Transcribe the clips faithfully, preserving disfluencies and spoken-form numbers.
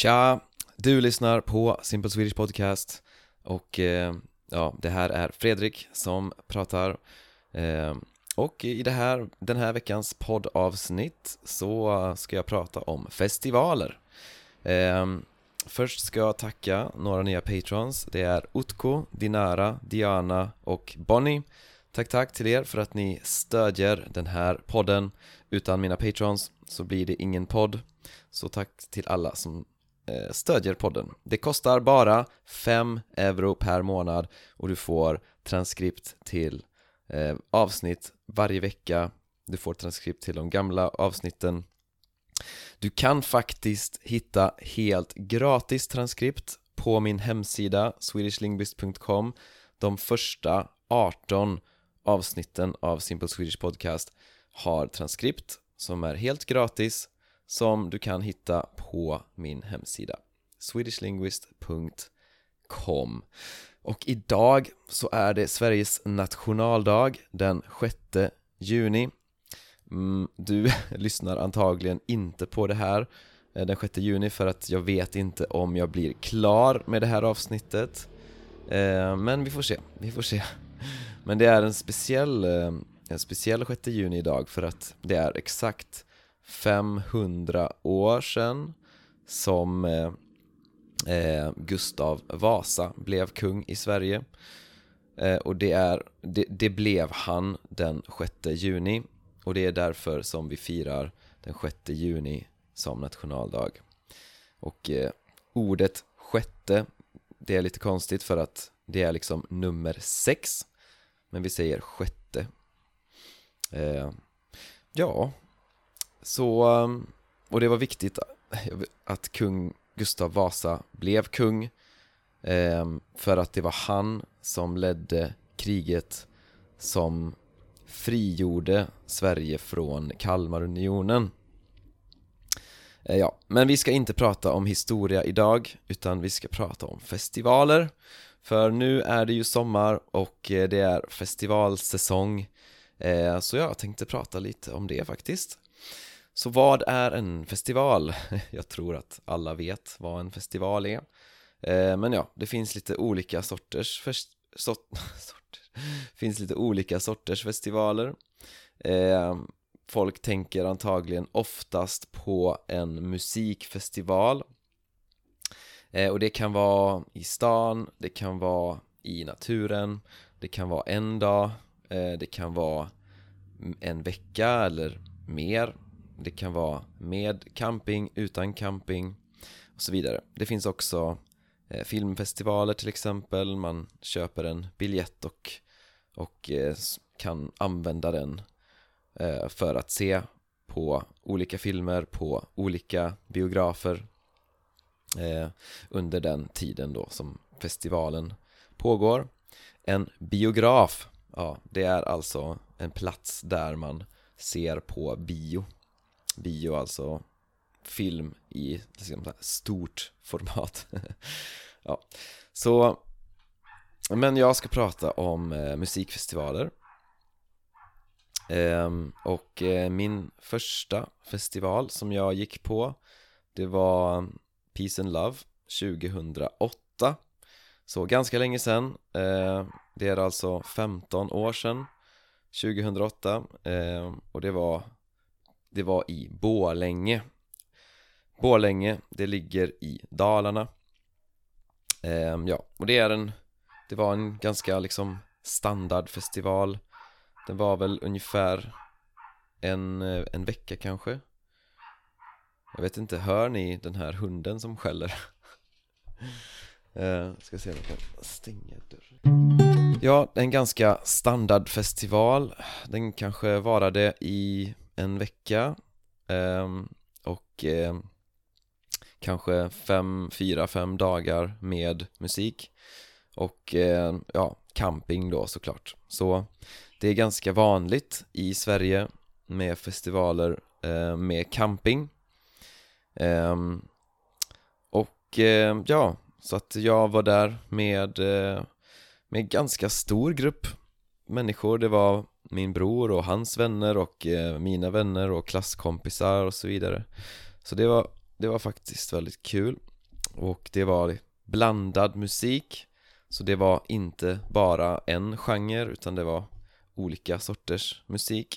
Tja, du lyssnar på Simple Swedish Podcast och eh, ja, det här är Fredrik som pratar eh, och i det här, den här veckans poddavsnitt så ska jag prata om festivaler. eh, Först ska jag tacka några nya patrons. Det är Utko, Dinara, Diana och Bonnie. Tack tack till er för att ni stödjer den här podden. Utan mina patrons så blir det ingen podd. Så tack till alla som eh, stödjer podden. Det kostar bara fem euro per månad och du får transkript till eh, avsnitt varje vecka. Du får transkript till de gamla avsnitten. Du kan faktiskt hitta helt gratis transkript på min hemsida swedish linguist punkt com. De första arton avsnitten av Simple Swedish Podcast har transkript som är helt gratis, som du kan hitta på min hemsida swedish linguist punkt com. Och idag så är det Sveriges nationaldag den sjätte juni. Mm, du lyssnar antagligen inte på det här den sjätte juni för att jag vet inte om jag blir klar med det här avsnittet. eh, Men vi får se, vi får se. Men det är en speciell, en speciell sjätte juni idag för att det är exakt femhundra år sedan som eh, Gustav Vasa blev kung i Sverige. eh, Och det, är, det, det blev han den sjätte juni. Och det är därför som vi firar den sjätte juni som nationaldag. Och eh, ordet sjätte, det är lite konstigt för att det är liksom nummer sex. Men vi säger sjätte. Eh, ja, så, och det var viktigt att kung Gustav Vasa blev kung. Eh, för att det var han som ledde kriget som frigjorde Sverige från Kalmarunionen. eh, Ja, men vi ska inte prata om historia idag, utan vi ska prata om festivaler. För nu är det ju sommar och det är festivalsäsong. eh, Så jag tänkte prata lite om det faktiskt. Så vad är en festival? Jag tror att alla vet vad en festival är. eh, Men ja, det finns lite olika sorters fest- sort- finns lite olika sorters festivaler. eh, Folk tänker antagligen oftast på en musikfestival. eh, Och det kan vara i stan, det kan vara i naturen, det kan vara en dag, eh, det kan vara en vecka eller mer. Det kan vara med camping, utan camping och så vidare. Det finns också eh, filmfestivaler till exempel. Man köper en biljett och och eh, kan använda den eh, för att se på olika filmer på olika biografer eh, under den tiden då som festivalen pågår. En biograf, ja, det är alltså en plats där man ser på bio. Bio, alltså film i stort format. Ja, så men jag ska prata om eh, musikfestivaler. ehm, Och eh, min första festival som jag gick på, det var Peace and Love tjugohundraåtta. Så ganska länge sedan. eh, Det är alltså femton år sedan, tjugohundraåtta. eh, Och det var, det var i Borlänge. Borlänge, det ligger i Dalarna. eh, Ja, och det är en Det var en ganska liksom standardfestival. Den var väl ungefär en, en vecka kanske. Jag vet inte, hör ni den här hunden som skäller? uh, ska se om jag kan stänga dörren. Ja, en ganska standardfestival. Den kanske varade i en vecka. um, Och um, kanske fem, fyra, fem dagar med musik. Och eh, ja, camping då såklart. Så det är ganska vanligt i Sverige med festivaler eh, med camping. eh, Och eh, ja, så att jag var där med eh, med ganska stor grupp människor. Det var min bror och hans vänner och eh, mina vänner och klasskompisar och så vidare. Så det var, det var faktiskt väldigt kul. Och det var blandad musik. Så det var inte bara en genre utan det var olika sorters musik.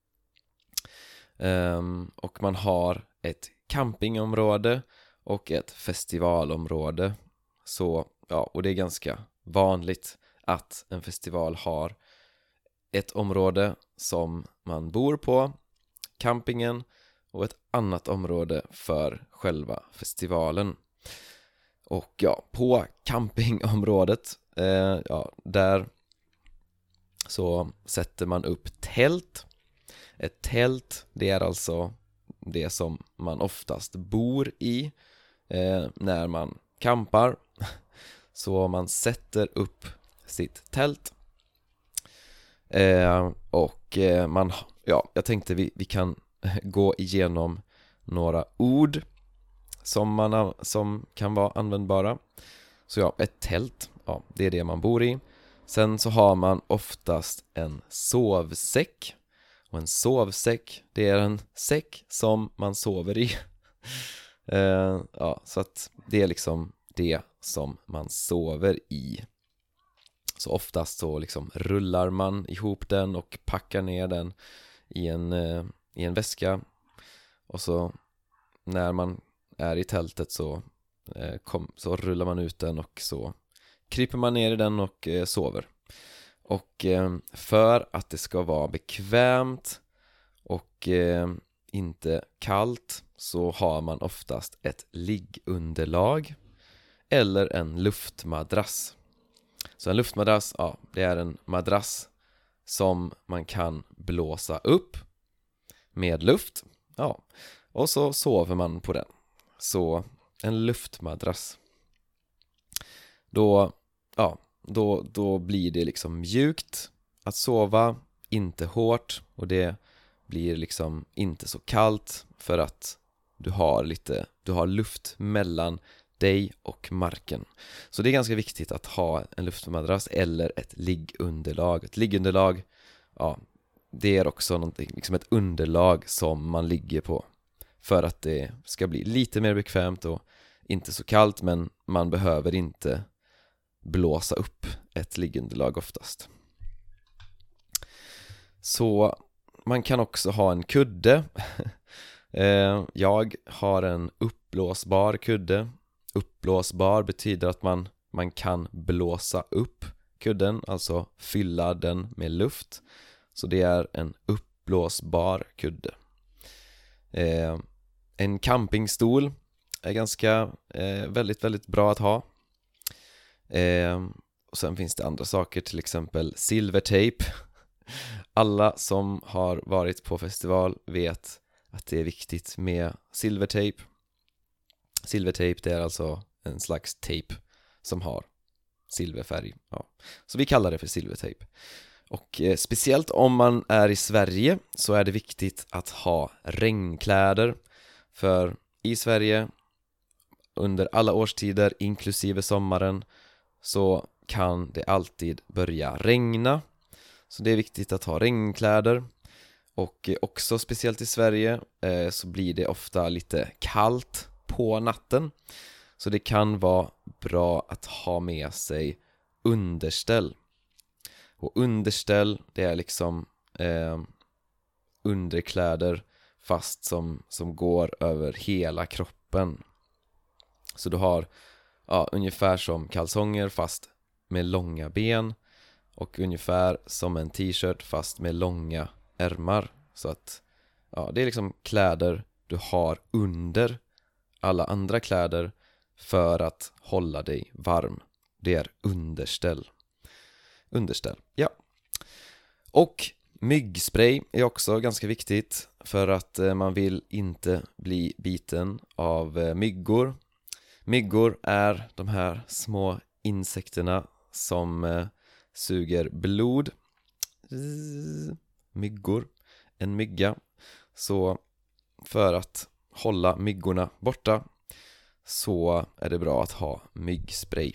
um, Och man har ett campingområde och ett festivalområde. Så, ja, och det är ganska vanligt att en festival har ett område som man bor på, campingen, och ett annat område för själva festivalen. Och ja, på campingområdet, eh, ja, där så sätter man upp tält. Ett tält, det är alltså det som man oftast bor i eh, när man campar. Så man sätter upp sitt tält. Eh, och eh, man, ja, jag tänkte vi, vi kan gå igenom några ord som, man, som kan vara användbara. Så ja, ett tält, ja, det är det man bor i. Sen så har man oftast en sovsäck. Och en sovsäck, det är en säck som man sover i. eh, ja, så att det är liksom det som man sover i. Så oftast så liksom rullar man ihop den och packar ner den i en, eh, i en väska. Och så när man är i tältet så, eh, kom, så rullar man ut den och så kryper man ner i den och eh, sover. Och eh, för att det ska vara bekvämt och eh, inte kallt så har man oftast ett liggunderlag eller en luftmadrass. Så en luftmadrass, ja, det är en madrass som man kan blåsa upp med luft. Ja, och så sover man på den. Så en luftmadrass. Då, ja, då, då blir det liksom mjukt att sova, inte hårt, och det blir liksom inte så kallt för att du har lite, du har luft mellan dig och marken. Så det är ganska viktigt att ha en luftmadrass eller ett liggunderlag. Ett liggunderlag, ja, det är också någonting, liksom ett underlag som man ligger på för att det ska bli lite mer bekvämt och inte så kallt, men man behöver inte blåsa upp ett liggunderlag oftast. Så man kan också ha en kudde. Jag har en uppblåsbar kudde. Uppblåsbar betyder att man, man kan blåsa upp kudden, alltså fylla den med luft. Så det är en uppblåsbar kudde. Eh, en campingstol är ganska eh, väldigt, väldigt bra att ha. Eh, och sen finns det andra saker, till exempel silvertejp. Alla som har varit på festival vet att det är viktigt med silvertejp. Silvertejp, det är alltså en slags tejp som har silverfärg. Ja. Så vi kallar det för silvertejp. Och eh, speciellt om man är i Sverige så är det viktigt att ha regnkläder. För i Sverige under alla årstider, inklusive sommaren, så kan det alltid börja regna. Så det är viktigt att ha regnkläder. Och eh, också speciellt i Sverige eh, så blir det ofta lite kallt på natten. Så det kan vara bra att ha med sig underställ. Och underställ, det är liksom eh, underkläder fast som, som går över hela kroppen. Så du har ja, ungefär som kalsonger fast med långa ben. Och ungefär som en t-shirt fast med långa ärmar. Så att ja, det är liksom kläder du har under alla andra kläder för att hålla dig varm. Det är underställ. Underställ, ja. Och myggspray är också ganska viktigt för att man vill inte bli biten av myggor. Myggor är de här små insekterna som eh, suger blod. Myggor, en mygga. Så för att hålla myggorna borta så är det bra att ha myggspray.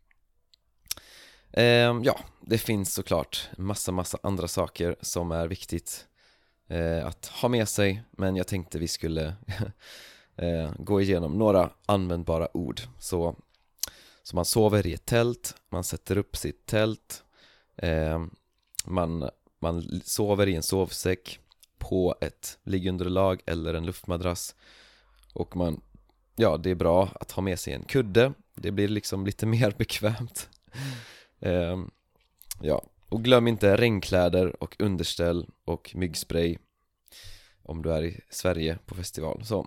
Eh, ja, det finns såklart massa massa andra saker som är viktigt eh, att ha med sig, men jag tänkte vi skulle eh, gå igenom några användbara ord. Så, så man sover i ett tält, man sätter upp sitt tält, eh, man, man sover i en sovsäck på ett liggunderlag eller en luftmadrass, och man, ja, det är bra att ha med sig en kudde, det blir liksom lite mer bekvämt. eh, ja, och glöm inte regnkläder och underställ och myggspray om du är i Sverige på festival. Så.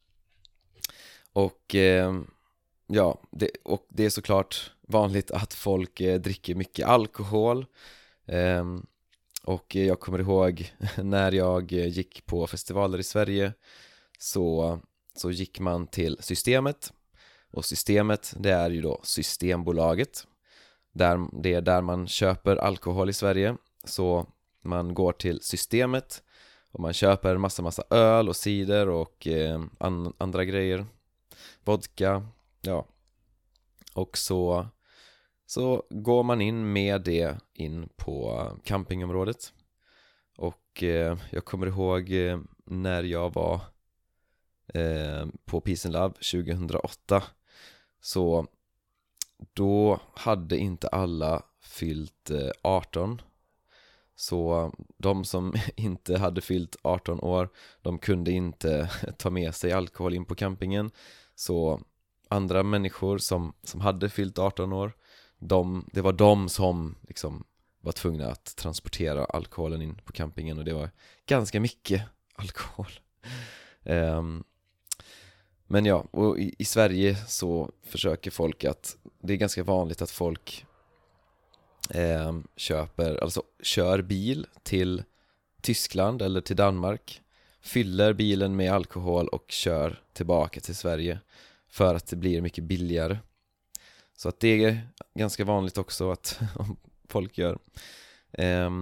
Och eh, ja, det, och det är såklart vanligt att folk eh, dricker mycket alkohol. Eh, och jag kommer ihåg när jag gick på festivaler i Sverige, så, så gick man till Systemet. Och Systemet, det är ju då Systembolaget. Där, det är där man köper alkohol i Sverige. Så man går till Systemet och man köper massa massa öl och cider och eh, an, andra grejer, vodka, ja. Och så, så går man in med det in på campingområdet. Och eh, jag kommer ihåg eh, när jag var eh, på Peace and Love tjugohundraåtta, så då hade inte alla fyllt eh, arton. Så de som inte hade fyllt arton år, de kunde inte ta med sig alkohol in på campingen. Så andra människor som, som hade fyllt arton år, de, det var de som liksom var tvungna att transportera alkoholen in på campingen. Och det var ganska mycket alkohol. um, Men ja, och i, i Sverige så försöker folk att, det är ganska vanligt att folk Eh, köper, alltså kör bil till Tyskland eller till Danmark, fyller bilen med alkohol och kör tillbaka till Sverige för att det blir mycket billigare. Så att det är ganska vanligt också att folk gör. Eh,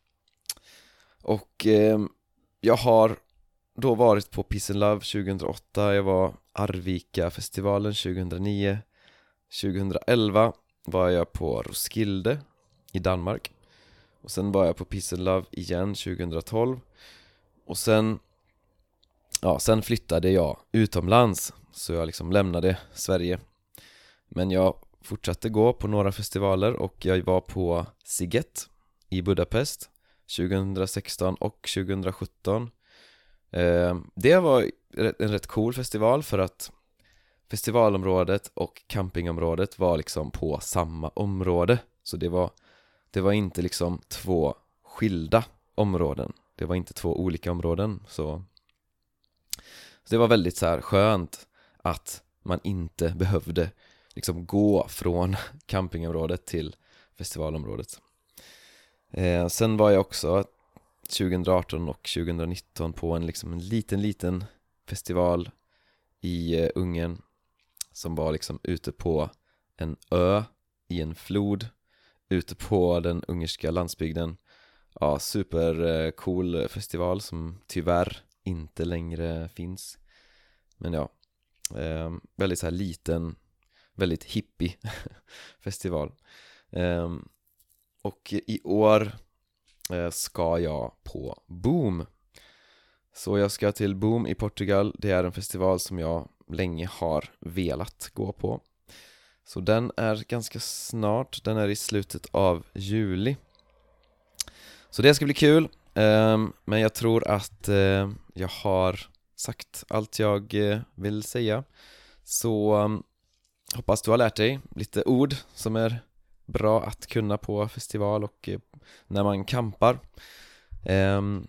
och eh, jag har då varit på Peace and Love tjugohundraåtta, jag var Arvika-festivalen tjugohundranio, tjugohundraelva var jag på Roskilde i Danmark. Och sen var jag på Peace and Love igen tjugohundratolv. Och sen ja, sen flyttade jag utomlands, så jag liksom lämnade Sverige. Men jag fortsatte gå på några festivaler, och jag var på Sziget i Budapest tjugohundrasexton och tjugohundrasjutton. eh, Det var en rätt cool festival, för att festivalområdet och campingområdet var liksom på samma område. Så det var, det var inte liksom två skilda områden. Det var inte två olika områden. Så, så det var väldigt så här skönt att man inte behövde liksom gå från campingområdet till festivalområdet. Eh, sen var jag också tjugohundraarton och tjugohundranitton på en, liksom en liten, liten festival i eh, Ungern, som var liksom ute på en ö i en flod ute på den ungerska landsbygden. Ja, super cool festival som tyvärr inte längre finns. Men ja, eh, väldigt så här liten, väldigt hippie festival. Eh, och i år eh, ska jag på Boom. Så jag ska till Boom i Portugal. Det är en festival som jag länge har velat gå på. Så den är ganska snart. Den är i slutet av juli. Så det ska bli kul. um, Men jag tror att uh, jag har sagt allt jag uh, vill säga. Så um, hoppas du har lärt dig lite ord som är bra att kunna på festival och uh, när man campar. um,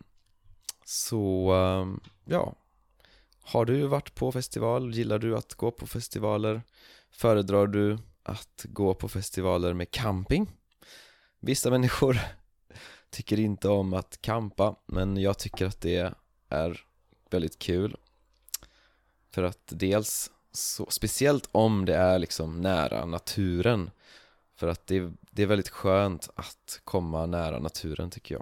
Så um, ja, har du varit på festival? Gillar du att gå på festivaler? Föredrar du att gå på festivaler med camping? Vissa människor tycker inte om att campa, men jag tycker att det är väldigt kul. För att dels, så, speciellt om det är liksom nära naturen. För att det, det är väldigt skönt att komma nära naturen, tycker jag.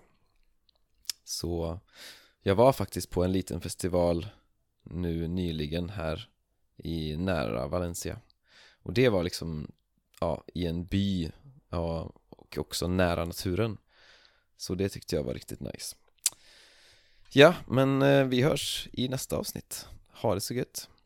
Så jag var faktiskt på en liten festival nu nyligen här i nära Valencia. Och det var liksom ja, i en by, ja, och också nära naturen. Så det tyckte jag var riktigt nice. Ja, men eh, vi hörs i nästa avsnitt. Ha det så gött.